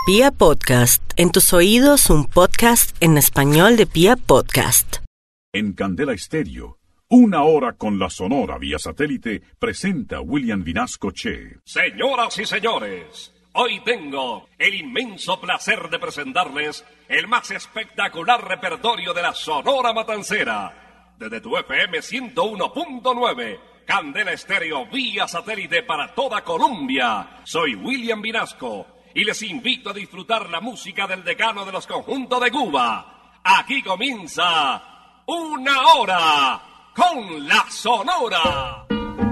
Pia Podcast, en tus oídos un podcast en español de Pia Podcast. En Candela Estéreo, una hora con la Sonora vía satélite, presenta William Vinasco Che. Señoras y señores, hoy tengo el inmenso placer de presentarles el más espectacular repertorio de la Sonora Matancera. Desde tu FM 101.9, Candela Estéreo vía satélite para toda Colombia. Soy William Vinasco y les invito a disfrutar la música del decano de los conjuntos de Cuba. Aquí comienza Una Hora con la Sonora.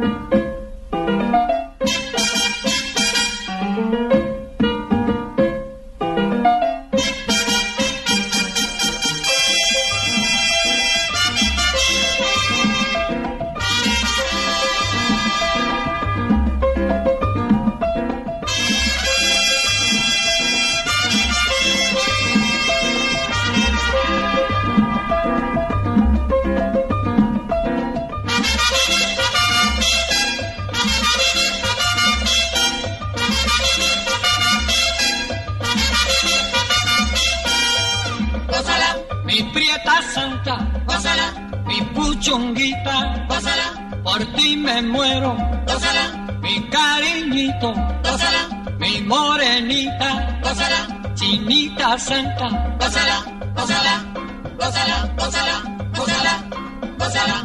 Mi prieta santa, gózala, mi puchonguita, gózala, por ti me muero, gózala, mi cariñito, gózala, mi morenita, gózala, chinita santa, gózala, gózala, gózala, gózala, gózala, gózala.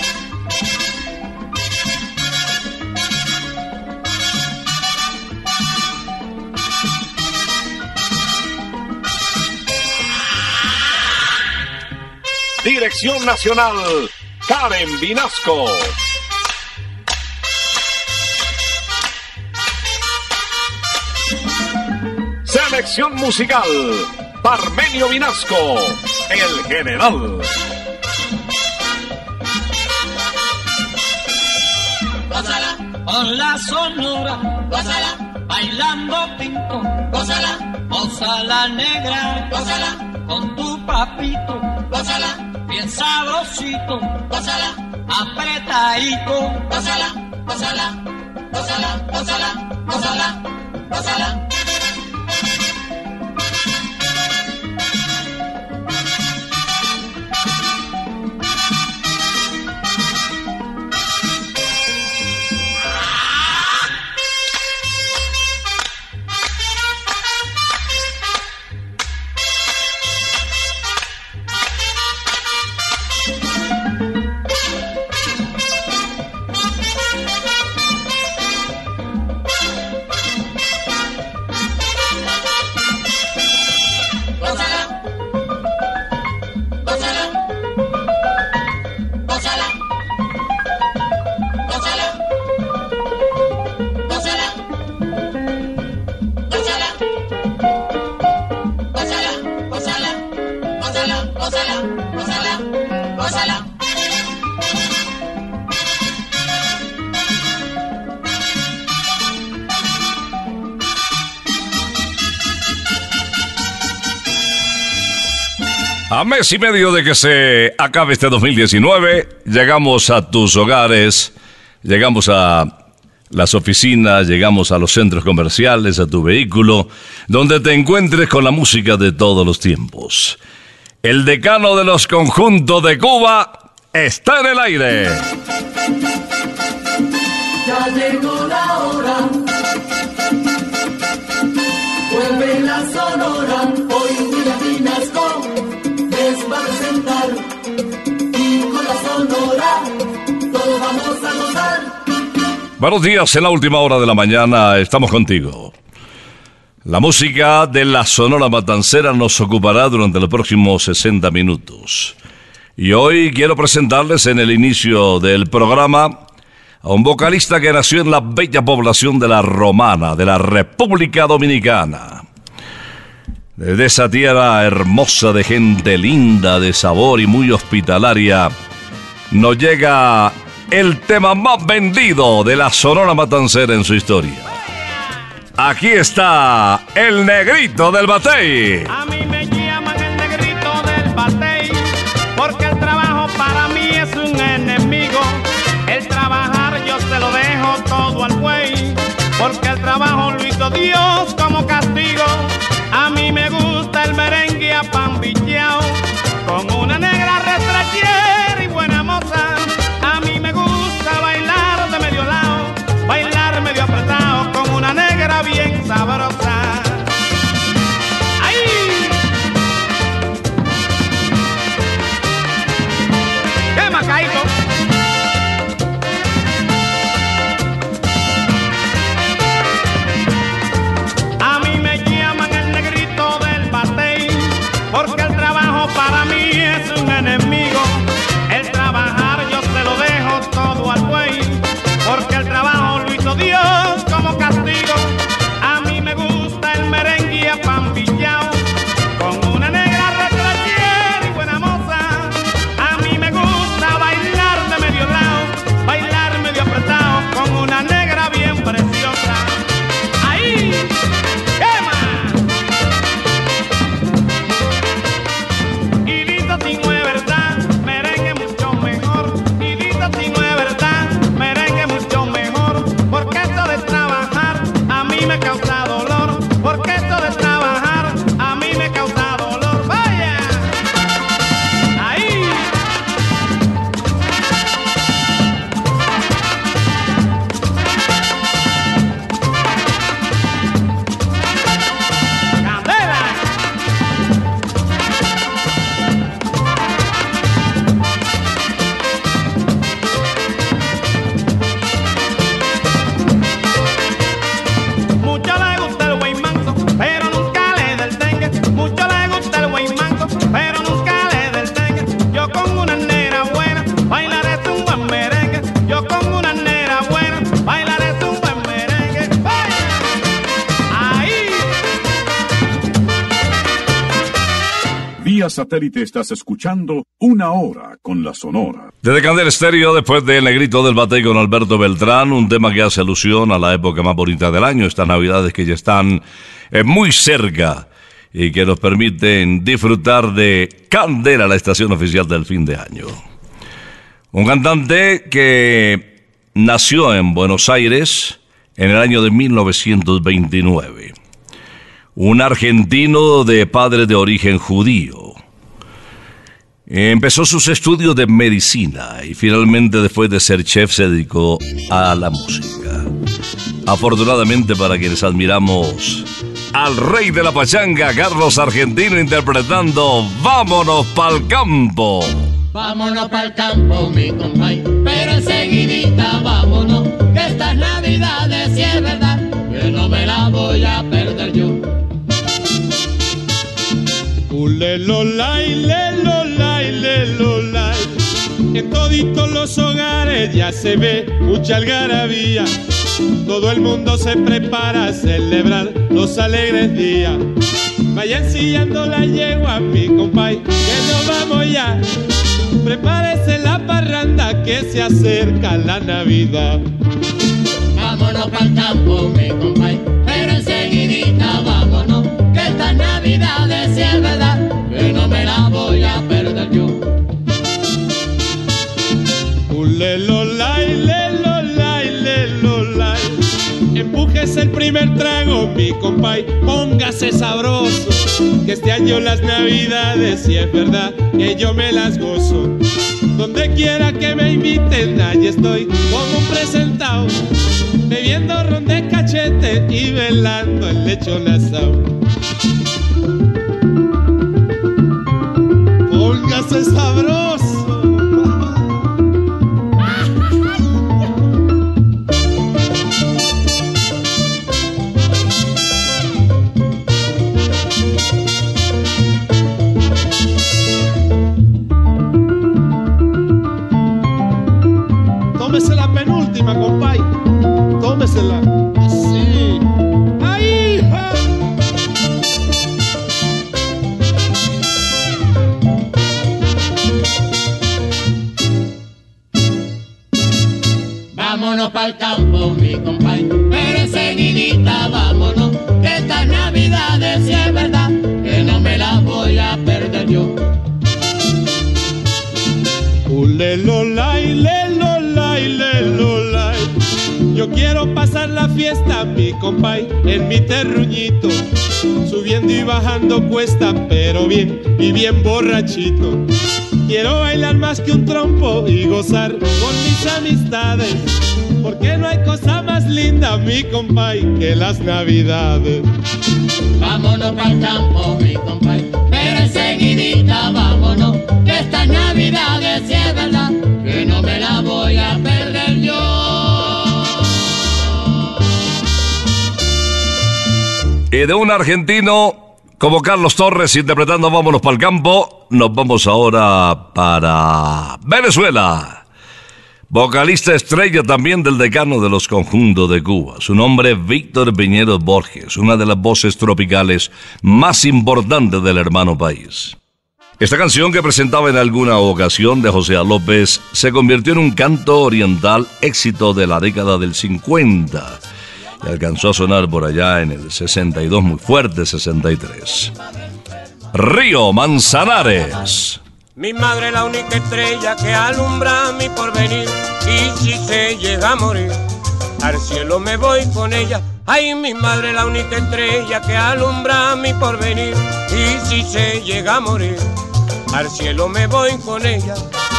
Dirección Nacional, Karen Vinasco. Selección musical, Parmenio Vinasco, el general. Gózala, con la Sonora, gózala, bailando pinto, gózala, gózala negra, gózala, con tu papito, gózala, bien sabrosito, gózala, apretadito, gózala, gózala, gózala, gózala, gózala, gózala. A mes y medio de que se acabe este 2019, llegamos a tus hogares, llegamos a las oficinas, llegamos a los centros comerciales, a tu vehículo, donde te encuentres con la música de todos los tiempos. El decano de los conjuntos de Cuba está en el aire. Ya llegó la hora, vuelve la Sonora, hoy William Vinasco va a presentar, y con la Sonora todos vamos a gozar. Buenos días, en la última hora de la mañana estamos contigo. La música de la Sonora Matancera nos ocupará durante los próximos 60 minutos. Y hoy quiero presentarles en el inicio del programa a un vocalista que nació en la bella población de La Romana, de la República Dominicana. De esa tierra hermosa de gente linda, de sabor y muy hospitalaria, nos llega el tema más vendido de la Sonora Matancera en su historia. Aquí está el Negrito del Batey. A mí me llaman el Negrito del Batey, porque el trabajo para mí es un enemigo. El trabajar yo se lo dejo todo al buey, porque el trabajo lo hizo Dios como castigo. Vía satélite estás escuchando Una Hora con la Sonora. Desde Candela Estéreo, después de El Negrito del Batey con Alberto Beltrán, un tema que hace alusión a la época más bonita del año, estas navidades que ya están muy cerca y que nos permiten disfrutar de Candela, la estación oficial del fin de año. Un cantante que nació en Buenos Aires en el año de 1929. Un argentino de padre de origen judío. Empezó sus estudios de medicina y finalmente, después de ser chef, se dedicó a la música. Afortunadamente para quienes admiramos al rey de la pachanga, Carlos Argentino, interpretando Vámonos pa'l campo. Vámonos pa'l campo, mi compay, pero enseguidita vámonos, que estas navidades sí es verdad, que no me la voy a perder yo. Ulelolay, lelolay, lelolay. En toditos los hogares ya se ve mucha algarabía. Todo el mundo se prepara a celebrar los alegres días. Vaya ensillando la yegua, mi compay, que nos vamos ya. Prepárese la parranda que se acerca la Navidad. Vámonos pa'l campo, mi compay, pero enseguidita vámonos, que estas navidades sí es verdad, que no me la voy a perder yo. Ulelolay, lelolay, lelolay. Empújese el primer trago, mi compay, póngase sabroso, que este año las navidades sí es verdad, que yo me las gozo. Donde quiera que me inviten, allí estoy como un presentado, bebiendo ron de cachete y velando el lechón asado. Póngase sabroso. Tómese la penúltima, compay. Tómesela. Así. ¡Ahí! ¡Ja! Vámonos pa'l campo, mi compay, pero enseguidita vámonos, que estas navidades sí es verdad, que no me las voy a perder yo. Ulelolay, lelolay, lelolay. Yo quiero pasar la fiesta, mi compay, en mi terruñito, subiendo y bajando cuesta, pero bien y bien borrachito. Quiero bailar más que un trompo y gozar con mis amistades, porque no hay cosa más linda, mi compay, que las navidades. Vámonos pa'l campo, mi compay, pero enseguidita vámonos, que estas navidades sí es verdad, que no me la voy a perder yo. Y de un argentino como Carlos Torres interpretando Vámonos pa'l campo, nos vamos ahora para Venezuela. Vocalista estrella también del decano de los conjuntos de Cuba. Su nombre es Víctor Piñeros Borges, una de las voces tropicales más importantes del hermano país. Esta canción, que presentaba en alguna ocasión de José A. López, se convirtió en un canto oriental éxito de la década del 50 y alcanzó a sonar por allá en el 62, muy fuerte, 63. Río Manzanares. Mi madre es la única estrella que alumbra mi porvenir, y si se llega a morir, al cielo me voy con ella. Ay, mi madre es la única estrella que alumbra mi porvenir, y si se llega a morir, al cielo me voy con ella.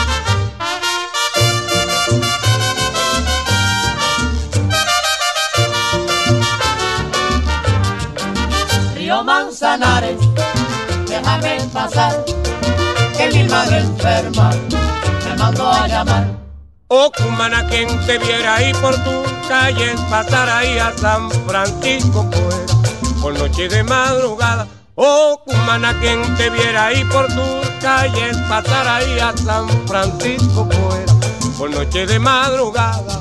Río Manzanares, déjame pasar, que mi madre enferma me mandó a llamar. Oh, cumana, quien te viera ahí por tu calle, pasar ahí a San Francisco fuera, por noche de madrugada. Oh, cumana, quien te viera ahí por tus calles, pasar ahí a San Francisco fuera, por noche de madrugada.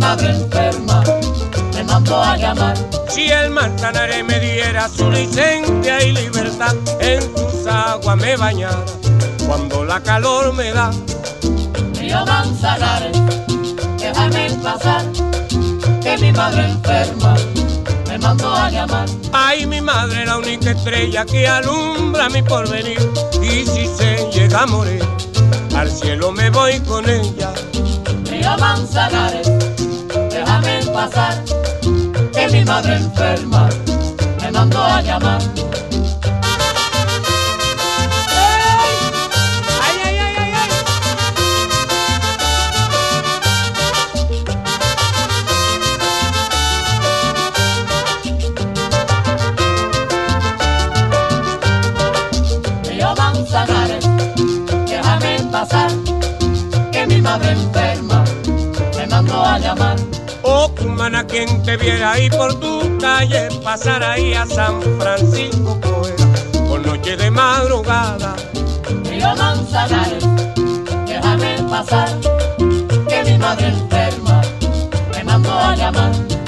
madre enferma me mandó a llamar. Si el Manzanares me diera su licencia y libertad, en sus aguas me bañara cuando la calor me da. Río Manzanares, déjame pasar, que mi madre enferma me mandó a llamar. Ay, mi madre, la única estrella que alumbra mi porvenir, y si se llega a morir, al cielo me voy con ella. Río Manzanares, déjame pasar, que mi madre enferma me mandó a llamar. ¡Ay, ay, ay, ay, ay! Río Manzanares, déjame pasar, que mi madre enferma me mandó a llamar. Oh, cumana, quien te viera ahí por tu calle, pasar ahí a San Francisco fuera, por noche de madrugada. Río Manzanares, déjame pasar, que mi madre enferma me mandó a llamar.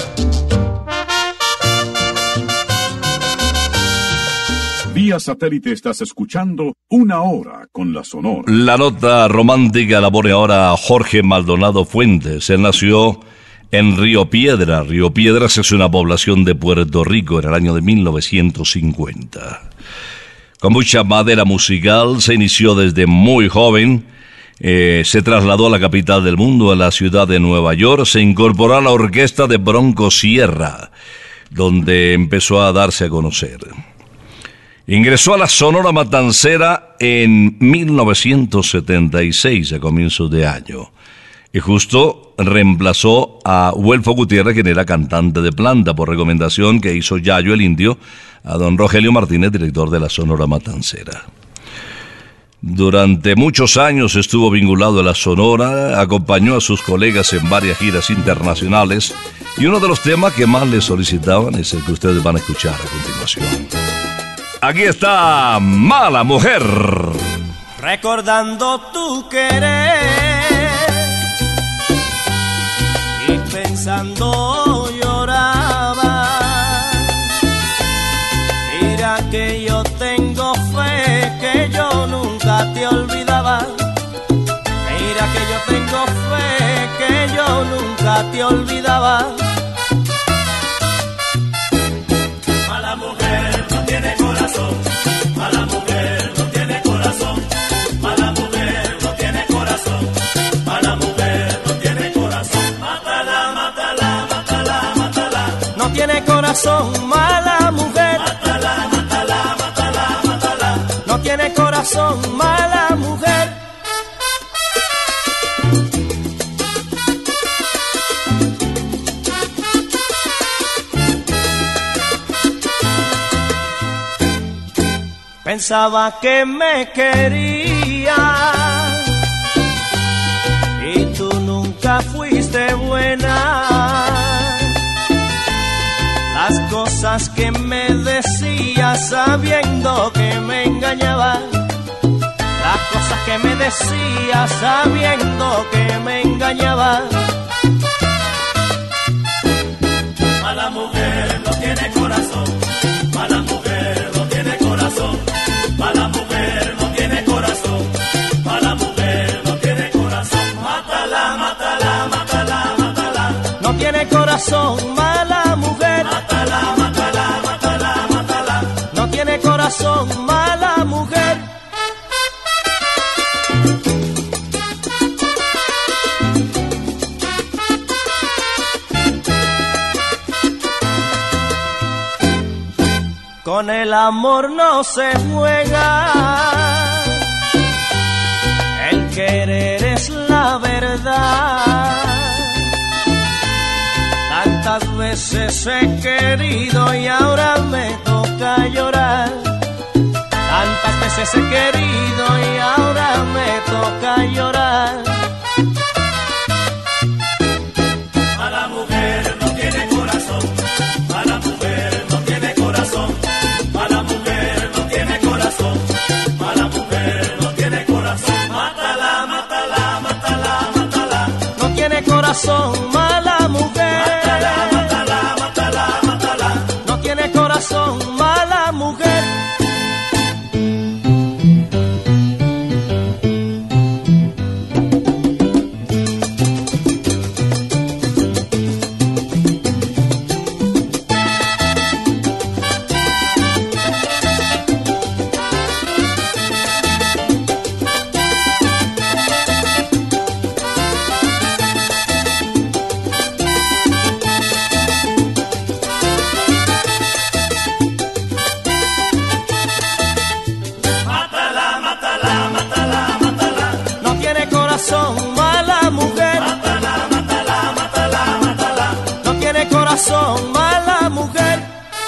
Vía satélite estás escuchando Una Hora con la Sonora. La nota romántica la pone ahora Jorge Maldonado Fuentes. Él nació en Río Piedra. Río Piedras es una población de Puerto Rico en el año de 1950. Con mucha madera musical, se inició desde muy joven. Se trasladó a la capital del mundo, a la ciudad de Nueva York. Se incorporó a la orquesta de Bronco Sierra, donde empezó a darse a conocer. Ingresó a la Sonora Matancera en 1976, a comienzos de año. Y justo reemplazó a Huelfo Gutiérrez, quien era cantante de planta, por recomendación que hizo Yayo el Indio a don Rogelio Martínez, director de la Sonora Matancera. Durante muchos años estuvo vinculado a la Sonora, acompañó a sus colegas en varias giras internacionales, y uno de los temas que más le solicitaban es el que ustedes van a escuchar a continuación. Aquí está Mala Mujer. Recordando tu querer y pensando lloraba. Mira que yo tengo fe, que yo nunca te olvidaba. Mira que yo tengo fe, que yo nunca te olvidaba. Mala mujer no tiene corazón, mala mujer no tiene corazón, mala mujer no tiene corazón, mala mujer no tiene corazón. Mátala, mátala, mátala, mátala. No tiene corazón, mala mujer. Mátala, mátala, mátala, mátala. No tiene corazón, mala mujer. Pensaba que me quería y tú nunca fuiste buena. Las cosas que me decías sabiendo que me engañabas. Las cosas que me decías sabiendo que me engañabas. Mala mujer no tiene corazón, mala mujer no tiene corazón. Mala mujer no tiene corazón, mala mujer no tiene corazón. Mátala, mátala, mátala, mátala. No tiene corazón, mala mujer. Mátala, mátala, mátala, mátala. No tiene corazón, mala mujer. Con el amor no se juega, el querer es la verdad. Tantas veces he querido y ahora me toca llorar. Tantas veces he querido y ahora me toca llorar. Mala mujer no tiene corazón, mala mujer no tiene corazón. Mala mujer no tiene corazón, mala mujer no tiene corazón. Mátala, mátala, mátala, mátala. No tiene corazón, mala mujer. corazón, mala mujer.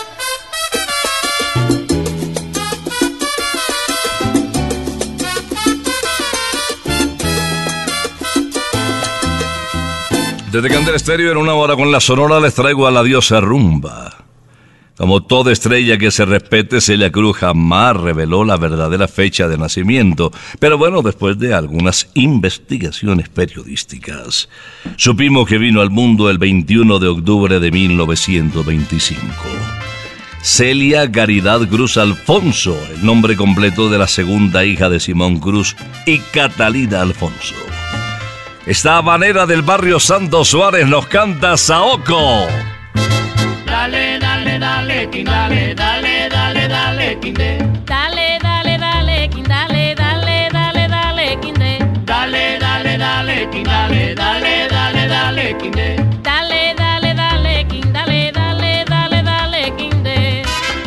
Desde Candela Estéreo, en una hora con la Sonora, les traigo a la diosa Rumba. Como toda estrella que se respete, Celia Cruz jamás reveló la verdadera fecha de nacimiento. Pero bueno, después de algunas investigaciones periodísticas, supimos que vino al mundo el 21 de octubre de 1925. Celia Caridad Cruz Alfonso, el nombre completo de la segunda hija de Simón Cruz y Catalina Alfonso. Esta habanera del barrio Santo Suárez nos canta Saoko. Dale, dale, dale, king, dale, dale, dale, dale, king, de. Dale, dale, dale, king, dale, dale, dale, dale, king, de. Dale, dale, dale, king, dale, dale, dale, dale, king, de. Dale, dale, dale, king, dale, dale, dale, dale, king, de.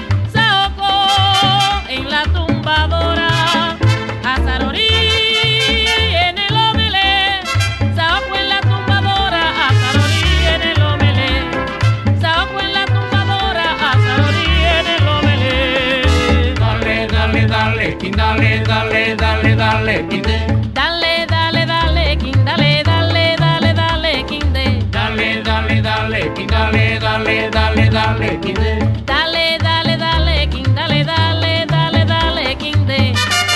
Saoko en la tumbadora, Azarorí en el omelé. Saoko en la tumbadora, Azarorí en el omelé. Saoko en la tumbadora, Azarorí en el omelé. Dale, dale, dale, king, dale, dale, dale, dale, king, de. Dale, dale, dale, king, dale, dale, dale, dale, king, de. Dale, dale, dale, king, dale, dale, dale, dale, king, de. Dale, dale, dale, king, dale, dale, dale, dale, king, de.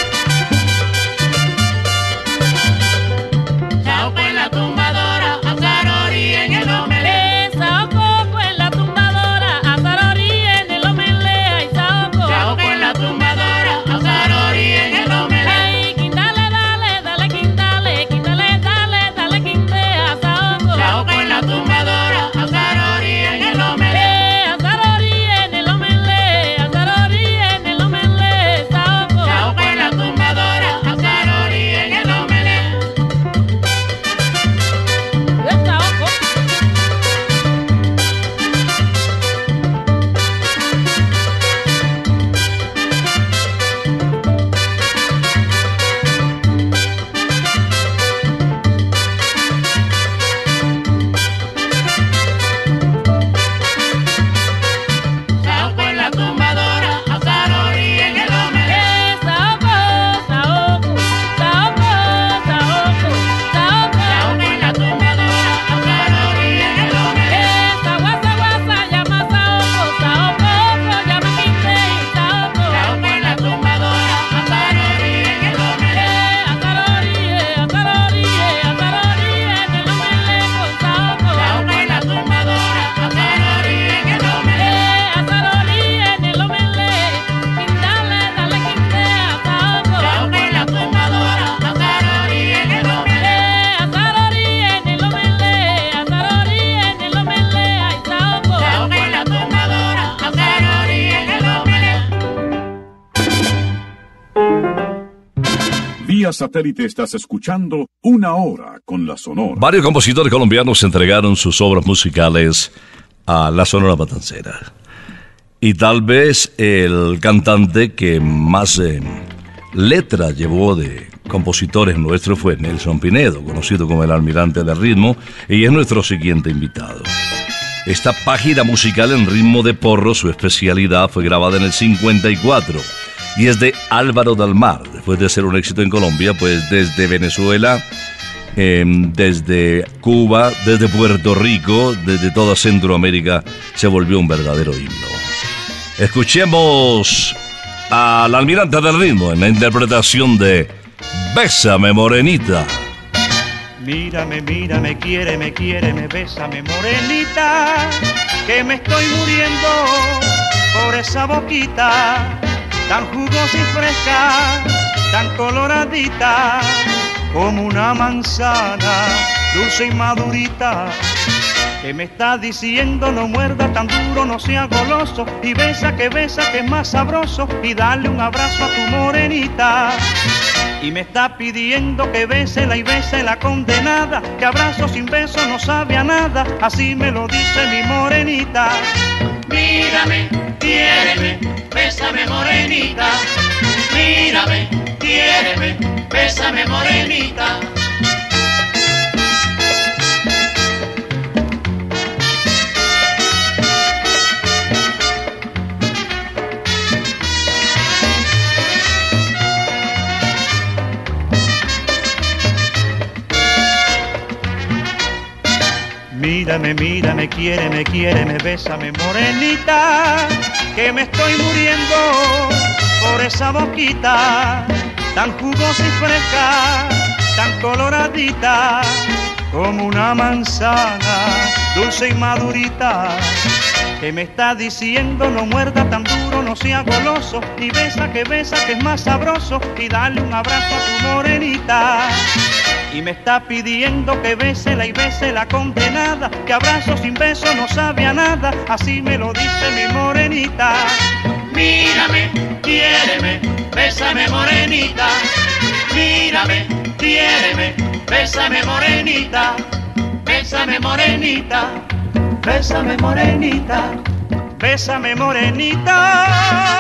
Saoko en la tumbadora, Azarorí en el omelé. Saoko en la tumbadora, Azarorí en el omelé. Ay, Saoko. Saoko en la tumbadora, Azarorí en el omelé. Ay, king, dale, dale, dale, king, dale, king, dale, dale, dale, king, de. A Saoko. Saoko en la tumbadora, Azarorí en el omelé. Azarorí en el omelé, Azarorí en el omelé, Saoko. Saoko en la tumbadora, Azarorí en el omelé. Saoko. Saoko en la tumbadora, Azarorí en el omelé. Saoko, Saoko, Saoko, Saoko, Saoko. Saoko en la tumbadora, Azarorí en el omelé. Guasa, guasa, llama Saoko, Saoko, llama Quintey, Saoko. Saoko en la tumbadora, Azarorí en el omelé. Azarorí, Azarorí, Azarorí en el omelé con Saoko. Saoko en la tumbadora, Azarorí en el omelé. Azarorí en el omelé, Quindale, dale Quintea, Saoko. Saoko en la tumbadora, Azarorí en el omelé. Azarorí en el omelé, Azarorí en el omelé, ay Saoko. Saoko en la tumbadora, Azarorí en el omelé. Vía satélite estás escuchando Una Hora con la Sonora. Varios compositores colombianos entregaron sus obras musicales a la Sonora Matancera. Y tal vez el cantante que más letra llevó de compositores nuestros fue Nelson Pinedo, conocido como el Almirante del Ritmo, y es nuestro siguiente invitado. Esta página musical en ritmo de porro, su especialidad, fue grabada en el 54 y es de Álvaro Dalmar. Después de ser un éxito en Colombia, pues desde Venezuela, desde Cuba, desde Puerto Rico, desde toda Centroamérica, se volvió un verdadero himno. Escuchemos al Almirante del Ritmo en la interpretación de Bésame Morenita. Mírame, mírame, quiéreme, quiéreme, bésame, morenita, que me estoy muriendo por esa boquita, tan jugosa y fresca, tan coloradita, como una manzana, dulce y madurita, que me está diciendo no muerda tan duro, no sea goloso, y besa que es más sabroso, y dale un abrazo a tu morenita. Y me está pidiendo que bésela y bese la condenada, que abrazo sin beso no sabe a nada, así me lo dice mi morenita. Mírame, quiéreme, bésame morenita. Mírame, quiéreme, bésame morenita. Mírame, mírame, quiéreme, bésame, morenita, que me estoy muriendo por esa boquita tan jugosa y fresca, tan coloradita, como una manzana, dulce y madurita, que me está diciendo no muerda tan duro, no sea goloso, y besa, que es más sabroso, y dale un abrazo a tu morenita. Y me está pidiendo que bésela y bese la condenada, que abrazo sin beso no sabe a nada, así me lo dice mi morenita. Mírame, quiéreme, bésame morenita. Mírame, quiéreme, bésame morenita. Bésame morenita, bésame morenita, bésame morenita.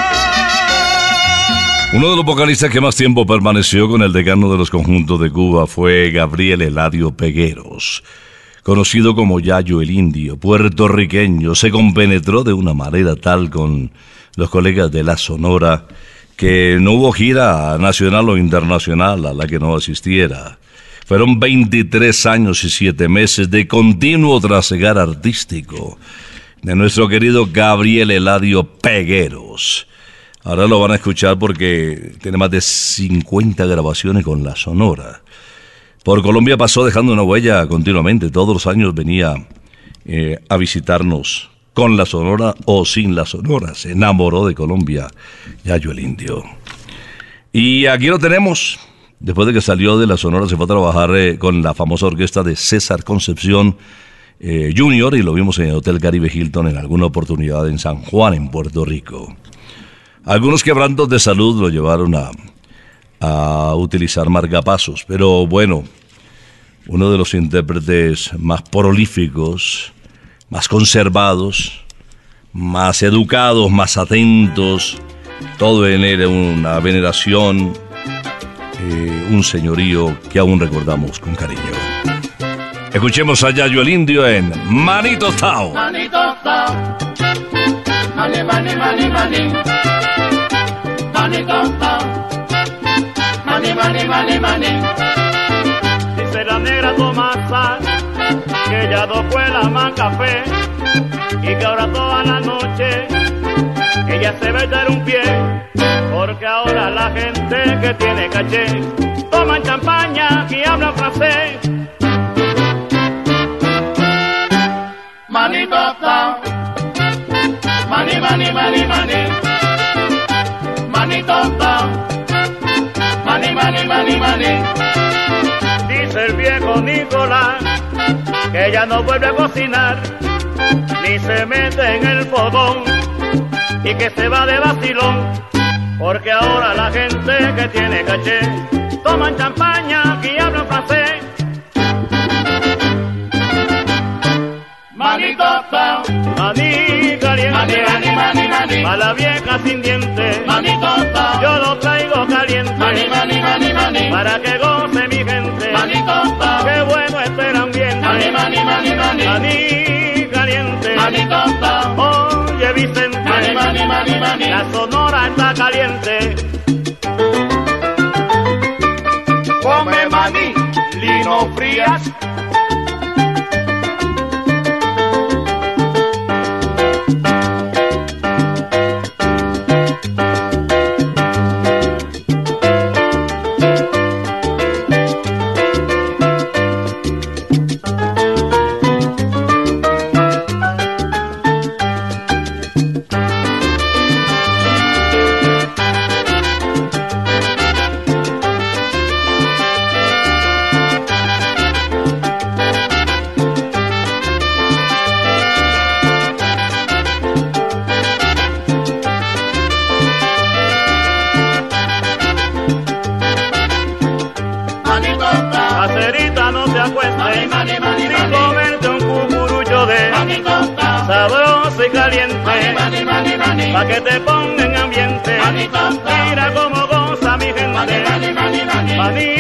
Uno de los vocalistas que más tiempo permaneció con el decano de los conjuntos de Cuba fue Gabriel Eladio Pegueros, conocido como Yayo el Indio, puertorriqueño. Se compenetró de una manera tal con los colegas de la Sonora que no hubo gira nacional o internacional a la que no asistiera. Fueron 23 años y 7 meses de continuo trasegar artístico de nuestro querido Gabriel Eladio Pegueros. Ahora lo van a escuchar porque tiene más de 50 grabaciones con la Sonora. Por Colombia pasó dejando una huella continuamente. Todos los años venía a visitarnos con la Sonora o sin la Sonora. Se enamoró de Colombia, Yayo el Indio. Y aquí lo tenemos. Después de que salió de la Sonora se fue a trabajar con la famosa orquesta de César Concepción Jr. y lo vimos en el Hotel Caribe Hilton en alguna oportunidad en San Juan, en Puerto Rico. Algunos quebrantos de salud lo llevaron a utilizar marcapasos, pero bueno, uno de los intérpretes más prolíficos, más conservados, más educados, más atentos, todo en él una veneración, un señorío que aún recordamos con cariño. Escuchemos a Yayo el Indio en Manito Tao. Manito Tao, mani, mani, mani, mani. Manito Tao, mani, mani, mani, mani. Dice la negra Tomasa que ya no cuela más café y que ahora toda la noche ella se va a echar un pie, porque ahora la gente que tiene caché toman champaña y hablan francés. Manito Tao, mani, mani, mani, mani. Manito Tao, mani, mani, mani, mani. Dice el viejo Nicolás que ya no vuelve a cocinar ni se mete en el fogón y que se va de vacilón, porque ahora la gente que tiene caché toman champaña y hablan francés. Manito Tao, maní caliente, mani, mani, mani, mani. a la vieja sin dientes, Manito Tao, yo lo traigo caliente, mani, mani, mani, mani. para que goce mi gente, Manito Tao, qué bueno es el ambiente, mani, mani, mani, mani. maní caliente, Manito Tao, oye Vicente, mani, mani, mani, mani. la Sonora está caliente. Come maní, Lino Frías. Cacerita, no te acuestes Mani, mani, mani, sin mani. comerte un cucurucho de Manito Tao, sabroso y caliente, mani, mani, mani, mani. pa' que te ponga en ambiente. Manito Tao, Mira cómo goza mi gente. mani, mani, mani, mani. Maní.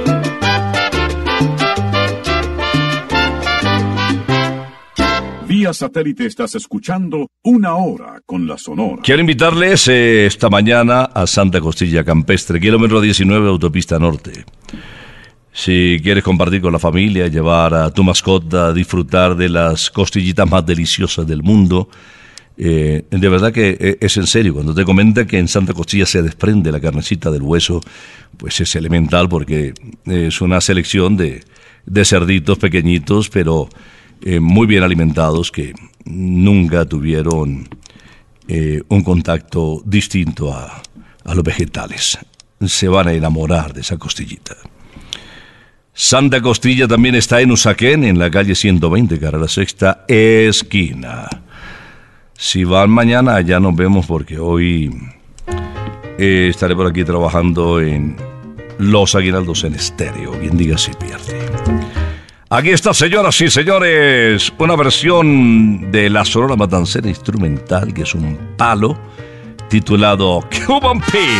Vía satélite estás escuchando Una Hora con la Sonora. Quiero invitarles esta mañana a Santa Costilla Campestre, kilómetro 19, autopista norte. Si quieres compartir con la familia, llevar a tu mascota a disfrutar de las costillitas más deliciosas del mundo, de verdad que es en serio. Cuando te comenta que en Santa Costilla se desprende la carnecita del hueso, pues es elemental porque es una selección de cerditos pequeñitos, pero muy bien alimentados, que nunca tuvieron un contacto distinto a los vegetales. Se van a enamorar de esa costillita. Santa Costilla también está en Usaquén, en la calle 120, carrera sexta, esquina. Si van mañana, ya nos vemos porque hoy estaré por aquí trabajando en Los Aguinaldos en estéreo. Bien diga si pierde. Aquí está, señoras y señores, una versión de la Sonora Matancera instrumental, que es un palo, titulado Cuban Pig.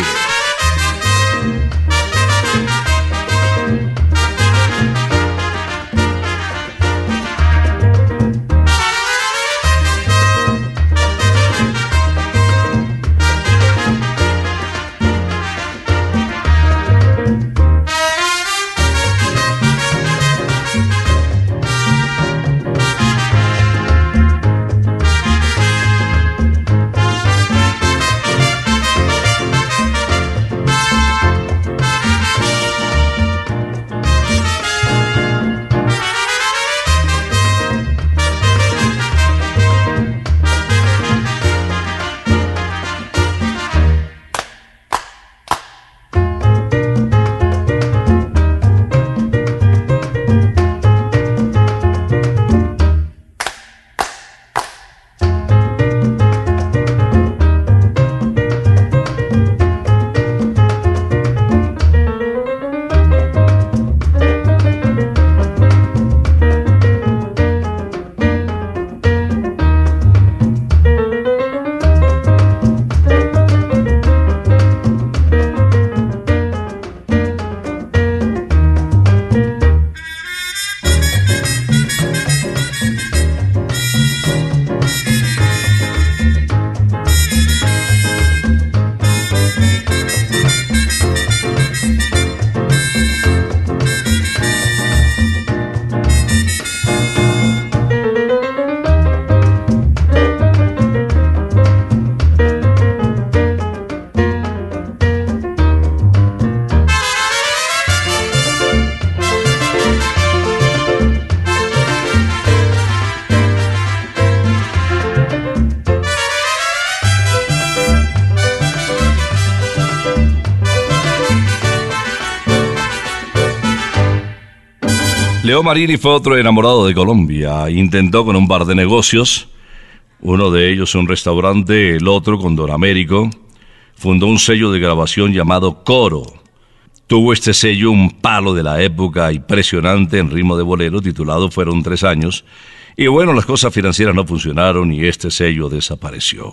Leo Marini fue otro enamorado de Colombia. Intentó con un par de negocios, uno de ellos un restaurante, el otro con Don Américo. Fundó un sello de grabación llamado Coro. Tuvo este sello un palo de la época impresionante en ritmo de bolero titulado Fueron 3 años. Y bueno, las cosas financieras no funcionaron y este sello desapareció.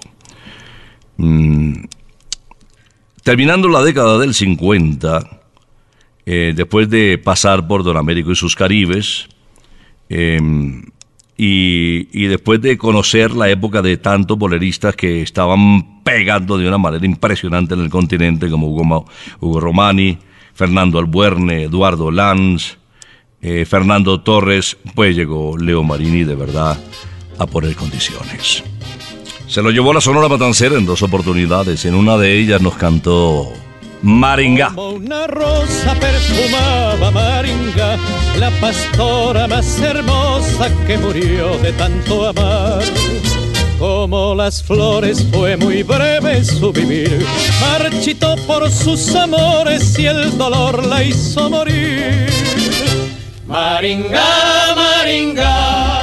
Terminando la década del 50... después de pasar por Don Américo y sus Caribes, y después de conocer la época de tantos boleristas que estaban pegando de una manera impresionante en el continente, como Hugo Romani, Fernando Albuerne, Eduardo Lanz, Fernando Torres, pues llegó Leo Marini de verdad a poner condiciones. Se lo llevó la Sonora Matancera en 2 oportunidades, en una de ellas nos cantó Maringa. Como una rosa perfumaba Maringa, la pastora más hermosa que murió de tanto amar. Como las flores fue muy breve su vivir, marchitó por sus amores y el dolor la hizo morir. Maringa, Maringa.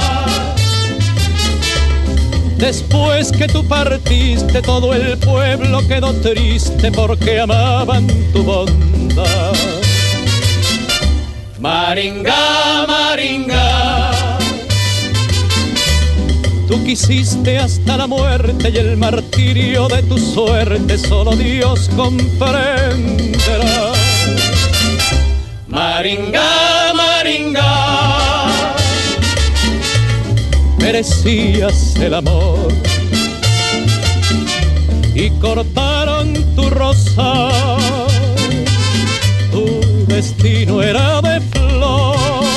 Después que tú partiste, todo el pueblo quedó triste porque amaban tu bondad. Maringa, Maringa. Tú quisiste hasta la muerte y el martirio de tu suerte solo Dios comprenderá. Maringa, Maringa. merecías el amor. Y cortaron tu rosa, tu destino era de flor.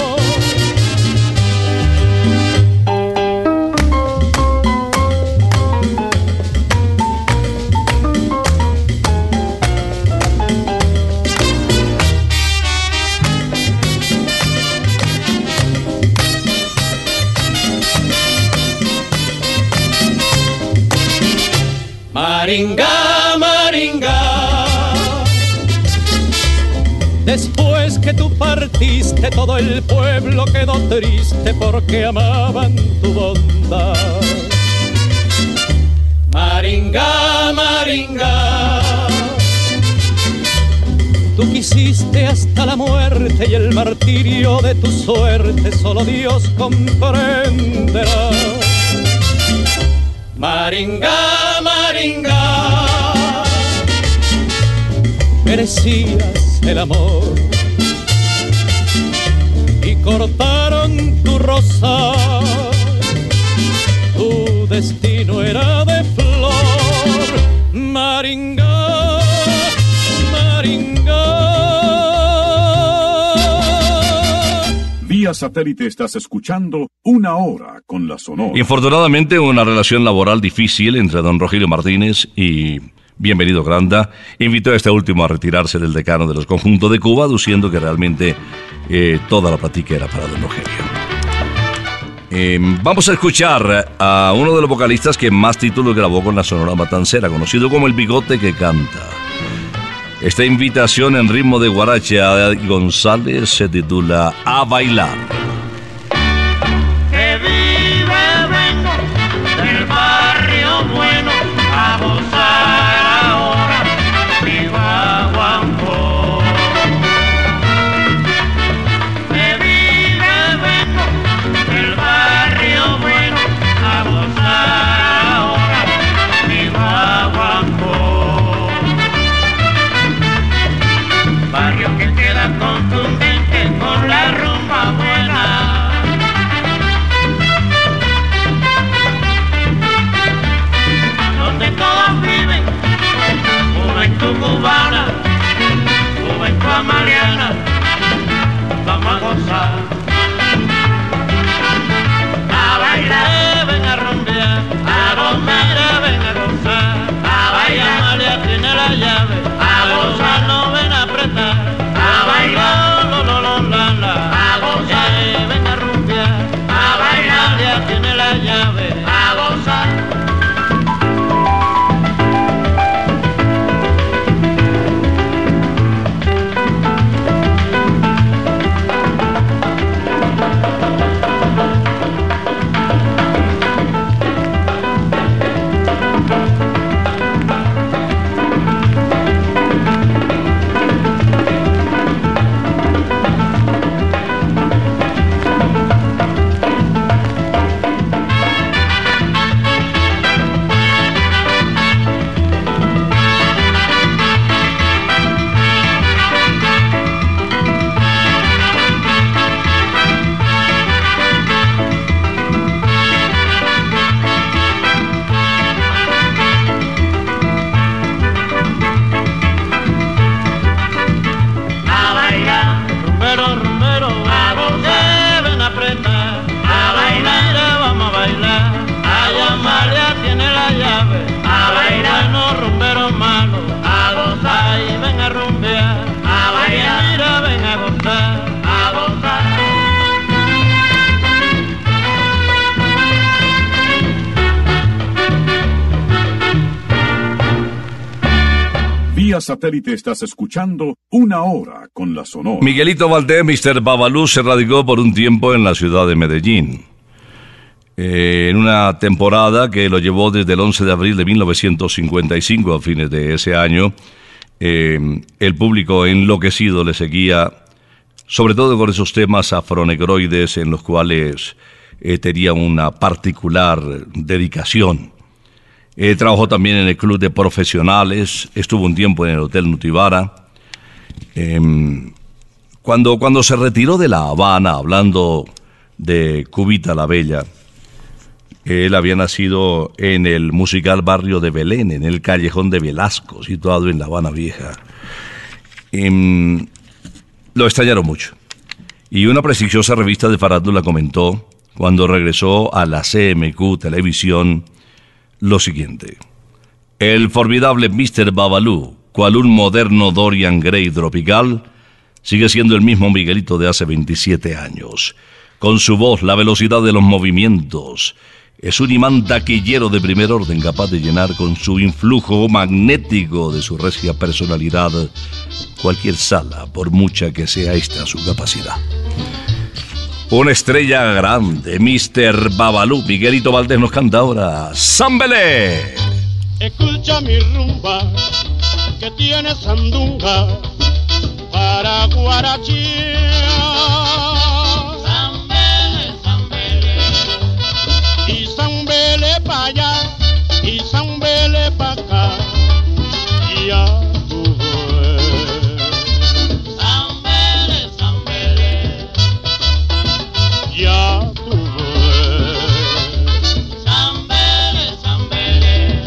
Maringa, Maringa, después que tú partiste todo el pueblo quedó triste porque amaban tu bondad. Maringa, Maringa, tú quisiste hasta la muerte y el martirio de tu suerte solo Dios comprenderá. Maringa, Maringa, merecías el amor y cortaron tu rosa, tu destino era de flor. Maringa, Maringa. Vía satélite estás escuchando Una Hora con la Sonora. Infortunadamente, una relación laboral difícil entre don Rogelio Martínez y Bienvenido Granda invitó a este último a retirarse del decano de los conjuntos de Cuba, aduciendo que realmente toda la platica era para don Rogelio. Vamos a escuchar a uno de los vocalistas que más títulos grabó con la Sonora Matancera, conocido como El Bigote que Canta. Esta invitación en ritmo de guaracha González se titula A Bailar. Que vive vengo del barrio bueno a gozar ahora mi guaguancó. Que vive vengo del barrio bueno a gozar ahora mi guaguancó. Barrio que queda contundente con la rumba buena, donde todos viven juventud cubana, juventud amaliana, vamos a gozar, a bailar, ven a rumbear, a comer, ven a gozar, a bailar, Amalia tiene la llave, a gozar, no ven a apretar, a bailar, lo, la, a gozar, ven a rumbear, a bailar, ya tiene la llave, a gozar. Vía satélite estás escuchando Una Hora con la Sonora. Miguelito Valdés, Mr. Babalú, se radicó por un tiempo en la ciudad de Medellín. En una temporada que lo llevó desde el 11 de abril de 1955 a fines de ese año, el público enloquecido le seguía, sobre todo con esos temas afronegroides en los cuales tenía una particular dedicación. Trabajó también en el Club de Profesionales, estuvo un tiempo en el Hotel Nutibara. Cuando se retiró de La Habana, hablando de Cubita la Bella, Él había nacido en el musical barrio de Belén, en el callejón de Velasco, situado en La Habana Vieja. Lo extrañaron mucho. Y una prestigiosa revista de farándula comentó, cuando regresó a la CMQ Televisión, lo siguiente: el formidable Mr. Babalu, cual un moderno Dorian Gray tropical, sigue siendo el mismo Miguelito de hace 27 años. Con su voz, la velocidad de los movimientos, es un imán taquillero de primer orden, capaz de llenar con su influjo magnético de su regia personalidad cualquier sala, por mucha que sea esta su capacidad. Una estrella grande, Mr. Babalu. Miguelito Valdés nos canta ahora Zambelé. Escucha mi rumba, que tiene sandunga para guarachear. Zambele, zambele, Y zambele pa' allá, y zambele pa' acá, y ya tú ves. zambele, zambele, Ya tú ves. zambele, zambele,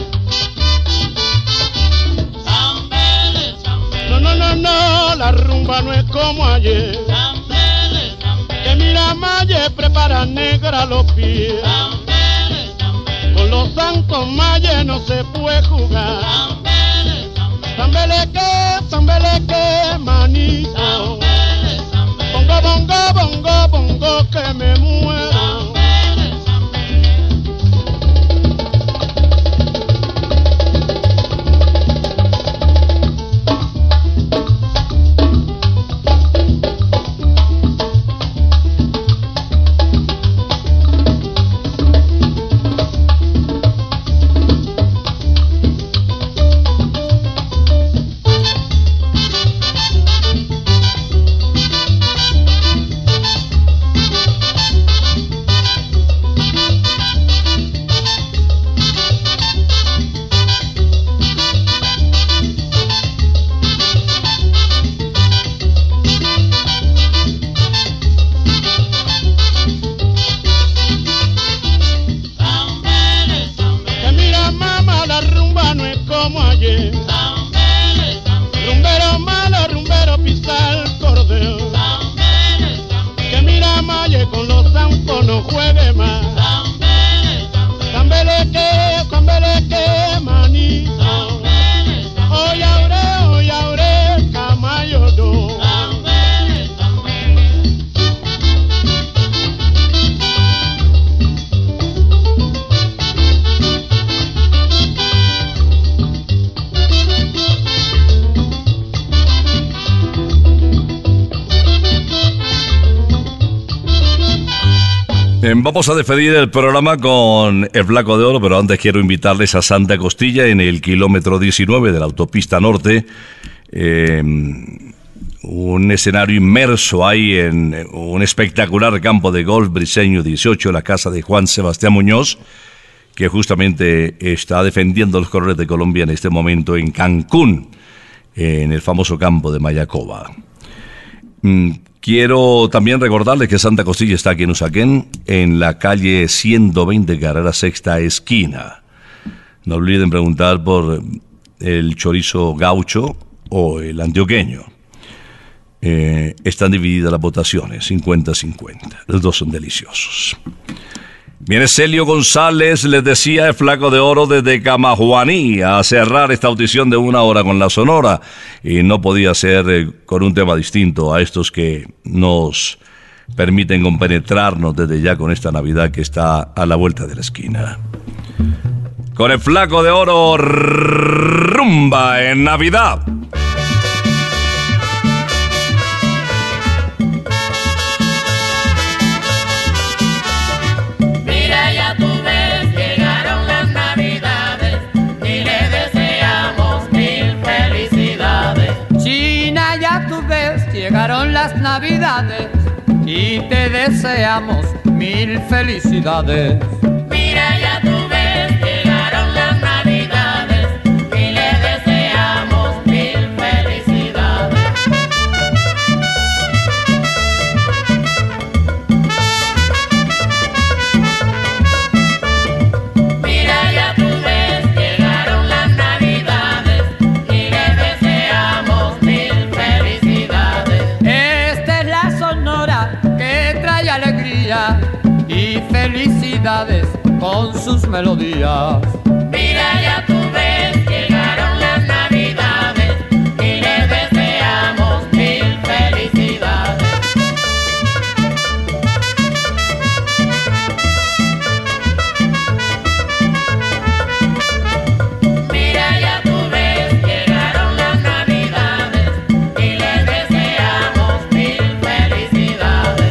zambele, zambele, No, no, no, no, la rumba no es como ayer. zambele, zambele, Que mira Maye prepara negra los pies. zambele, zambele, Con los zancos Maye no se puede jugar. zambele, zambele, Zambele que, manito. zambele, zambele, Bongo, bongo, bongo, bongo, que me muero. zambele, zambele. Que mira mamá, la rumba no es como ayer. Rumbero malo, rumbero pisa el cordel. Que mira Maye con los zancos no juegue más. Zambele que, manito. Oye aure, camayo do. Vamos a despedir el programa con el Flaco de Oro, pero antes quiero invitarles a Santa Costilla, en el kilómetro 19 de la autopista norte. Un escenario inmerso ahí en un espectacular campo de golf Briseño 18, la casa de Juan Sebastián Muñoz, que justamente está defendiendo los colores de Colombia en este momento en Cancún, en el famoso campo de Mayacoba. Quiero también recordarles que Santa Costilla está aquí en Usaquén, en la calle 120, carrera sexta esquina. No olviden preguntar por el chorizo gaucho o el antioqueño. Están divididas las votaciones, 50-50. Los dos son deliciosos. Viene Celio González, les decía, el Flaco de Oro desde Camajuaní, a cerrar esta audición de 1 hora con la Sonora. Y no podía ser con un tema distinto a estos que nos permiten compenetrarnos desde ya con esta Navidad que está a la vuelta de la esquina. Con el Flaco de Oro, rumba en Navidad. Llegaron las Navidades y te deseamos mil felicidades. Mira, ya tú ves, llegaron las Navidades y le deseamos mil felicidades. sus melodías. Mira, ya tú ves, llegaron las navidades y les deseamos mil felicidades. Mira, ya tú ves, llegaron las navidades y les deseamos mil felicidades.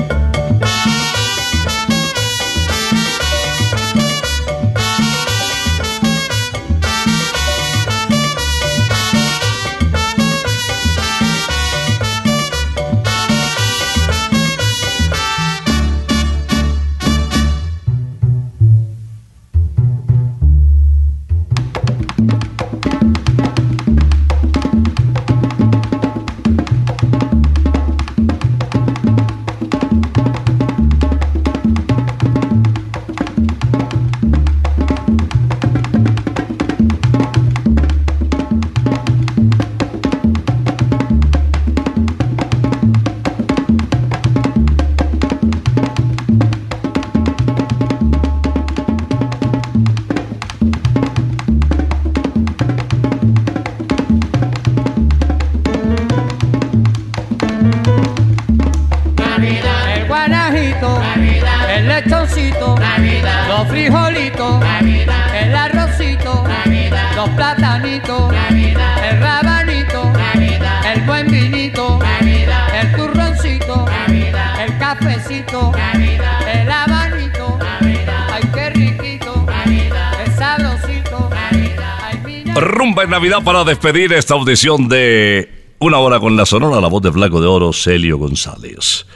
El guanajito, el lechoncito, los frijolitos, el arrocito, los platanitos, el rabanito, el buen vinito, el turroncito, el cafecito, el abanito, ay qué riquito, qué sabrosito, ay mira. Rumba en Navidad para despedir esta audición de Una Hora con la Sonora, la voz de Flaco de Oro, Celio González.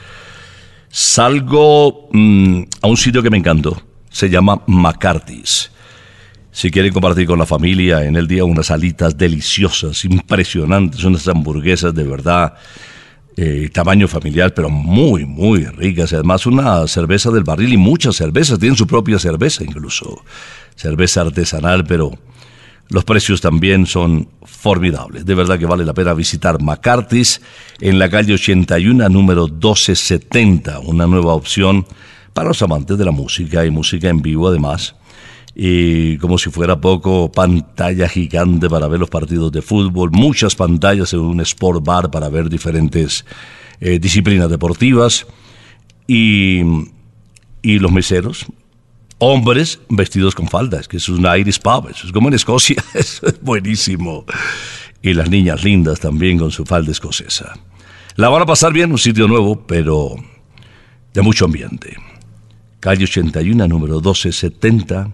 Salgo a un sitio que me encantó, se llama McCarthy's. Si quieren compartir con la familia en el día unas alitas deliciosas, impresionantes, unas hamburguesas de verdad, tamaño familiar, pero muy, muy ricas. Además, una cerveza del barril y muchas cervezas, tienen su propia cerveza incluso. Cerveza artesanal, pero los precios también son formidables. De verdad que vale la pena visitar McCarthy's en la calle 81, número 1270. Una nueva opción para los amantes de la música y música en vivo además. Y como si fuera poco, pantalla gigante para ver los partidos de fútbol. Muchas pantallas en un sport bar para ver diferentes disciplinas deportivas. Y los meseros, hombres vestidos con faldas, que es un Irish pub, eso es como en Escocia, eso es buenísimo. Y las niñas lindas también con su falda escocesa. La van a pasar bien, un sitio nuevo, pero de mucho ambiente. Calle 81, número 1270.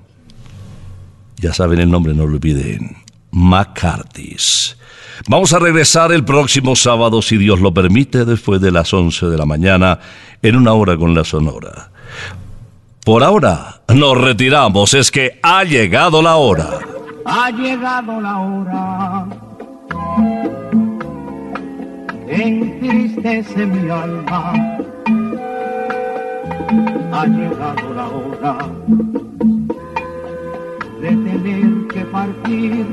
Ya saben el nombre, no lo olviden. McCarthy's. Vamos a regresar el próximo sábado, si Dios lo permite, después de las 11 de la mañana, en Una Hora con la Sonora. Por ahora nos retiramos, es que ha llegado la hora. Ha llegado la hora, entristece mi alma. Ha llegado la hora de tener que partir.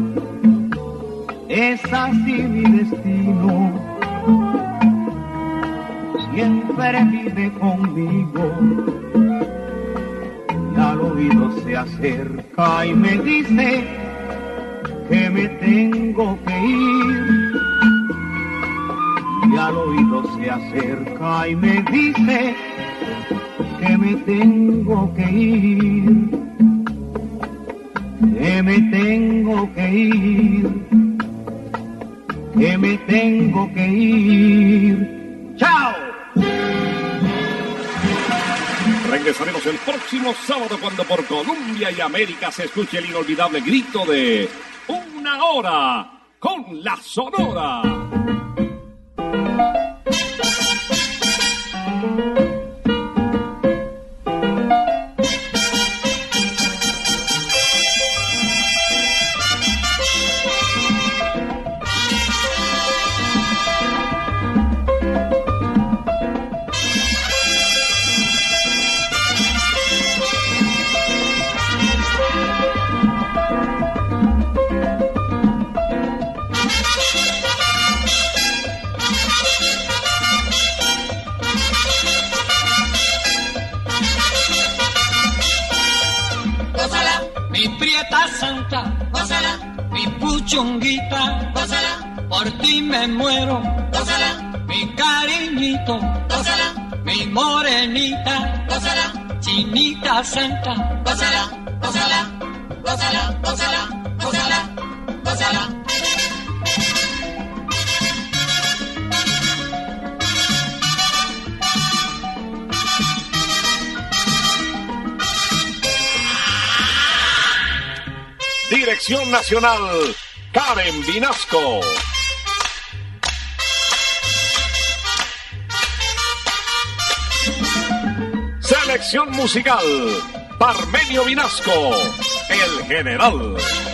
Es así mi destino, siempre vive conmigo. Y al oído se acerca y me dice que me tengo que ir. Y al oído se acerca y me dice que me tengo que ir. Que me tengo que ir. Que me tengo que ir. ¡Chao! Regresaremos el próximo sábado cuando por Colombia y América se escuche el inolvidable grito de Una Hora con la Sonora. mi prieta santa, gózala, mi puchunguita, gózala, por ti me muero, gózala, mi cariñito, gózala, mi morenita, gózala, chinita santa, gózala, gózala, gózala, gózala, gózala, gózala. Dirección Nacional, Karen Vinasco. Selección musical, Parmenio Vinasco, el general.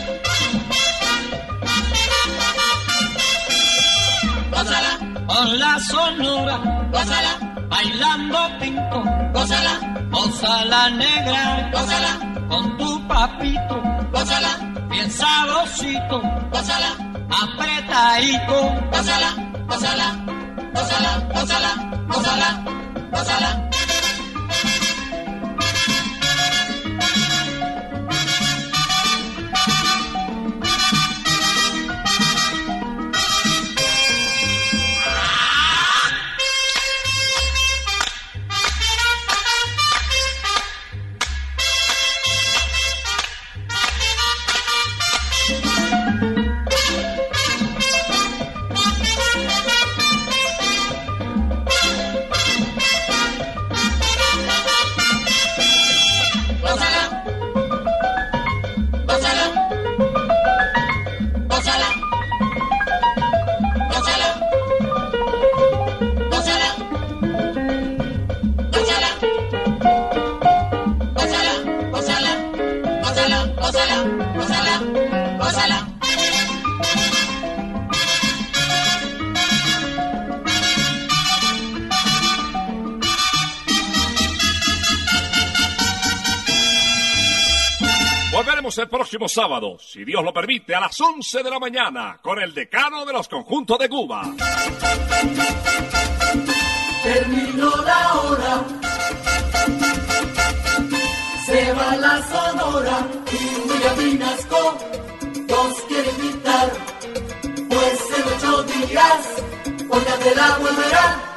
Gózala, con la sonora, gózala, bailando pinto, gózala, gózala negra, gózala, con tu papito, gózala, bien sabrosito, gózala, apretadito, gózala, gózala, gózala, gózala, gózala, gózala. Volveremos el próximo sábado, si Dios lo permite, a las 11 de la mañana, con el decano de los conjuntos de Cuba. Terminó la hora, se va la Sonora y William Vinasco nos quiere invitar, pues en 8 días, Candela volverá.